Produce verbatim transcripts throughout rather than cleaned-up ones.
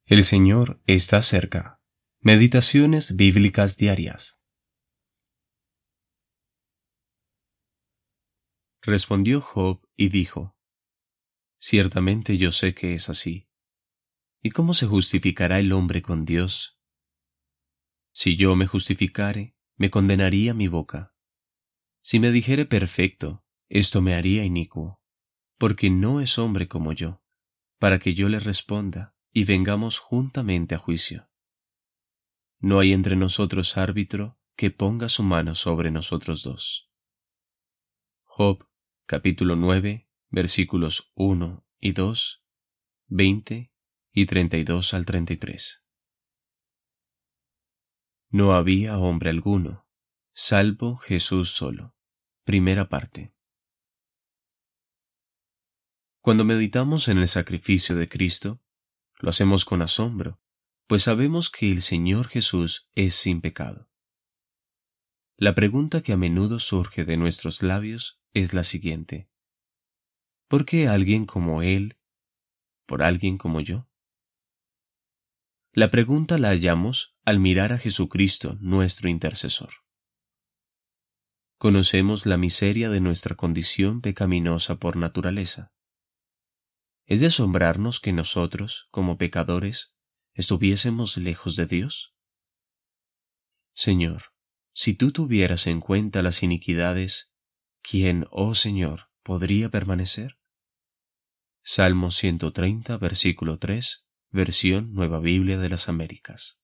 El Señor está cerca. Meditaciones bíblicas diarias. Respondió Job y dijo: Ciertamente yo sé que es así. ¿Y cómo se justificará el hombre con Dios? Si yo me justificare, me condenaría mi boca. Si me dijere perfecto, esto me haría inicuo, porque no es hombre como yo, para que yo le responda y vengamos juntamente a juicio. No hay entre nosotros árbitro que ponga su mano sobre nosotros dos. Job, capítulo nueve, versículos uno y dos, veinte y treinta y dos al treinta y tres. No había hombre alguno, salvo Jesús solo. Primera parte. Cuando meditamos en el sacrificio de Cristo, lo hacemos con asombro, pues sabemos que el Señor Jesús es sin pecado. La pregunta que a menudo surge de nuestros labios es la siguiente: ¿por qué alguien como Él, por alguien como yo? La pregunta la hallamos al mirar a Jesucristo, nuestro intercesor. Conocemos la miseria de nuestra condición pecaminosa por naturaleza. ¿Es de asombrarnos que nosotros, como pecadores, estuviésemos lejos de Dios? Señor, si tú tuvieras en cuenta las iniquidades, ¿quién, oh Señor, podría permanecer? Salmo ciento treinta, versículo tres, versión Nueva Biblia de las Américas.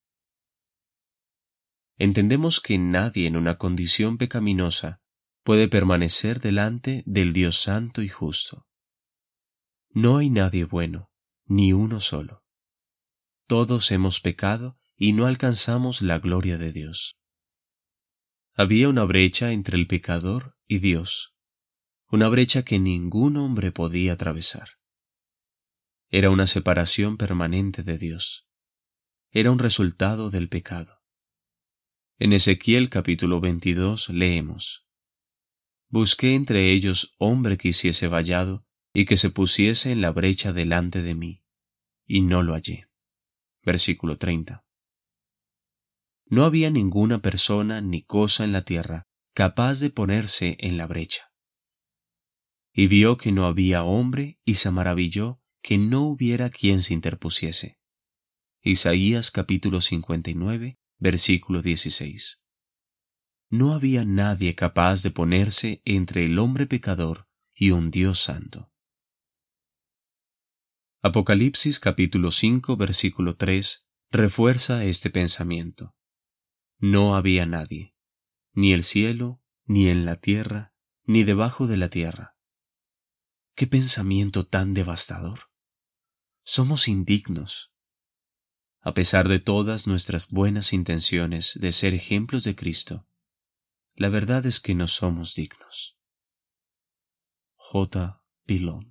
Entendemos que nadie en una condición pecaminosa puede permanecer delante del Dios santo y justo. No hay nadie bueno, ni uno solo. Todos hemos pecado y no alcanzamos la gloria de Dios. Había una brecha entre el pecador y Dios, una brecha que ningún hombre podía atravesar. Era una separación permanente de Dios. Era un resultado del pecado. En Ezequiel capítulo veintidós leemos: Busqué entre ellos hombre que hiciese vallado y que se pusiese en la brecha delante de mí, y no lo hallé. Versículo treinta. No había ninguna persona ni cosa en la tierra capaz de ponerse en la brecha. Y vio que no había hombre y se maravilló que no hubiera quien se interpusiese. Isaías capítulo cincuenta y nueve, versículo dieciséis. No había nadie capaz de ponerse entre el hombre pecador y un Dios santo. Apocalipsis capítulo cinco, versículo tres, refuerza este pensamiento. No había nadie, ni el cielo, ni en la tierra, ni debajo de la tierra. ¡Qué pensamiento tan devastador! Somos indignos. A pesar de todas nuestras buenas intenciones de ser ejemplos de Cristo, la verdad es que no somos dignos. J. Pilón.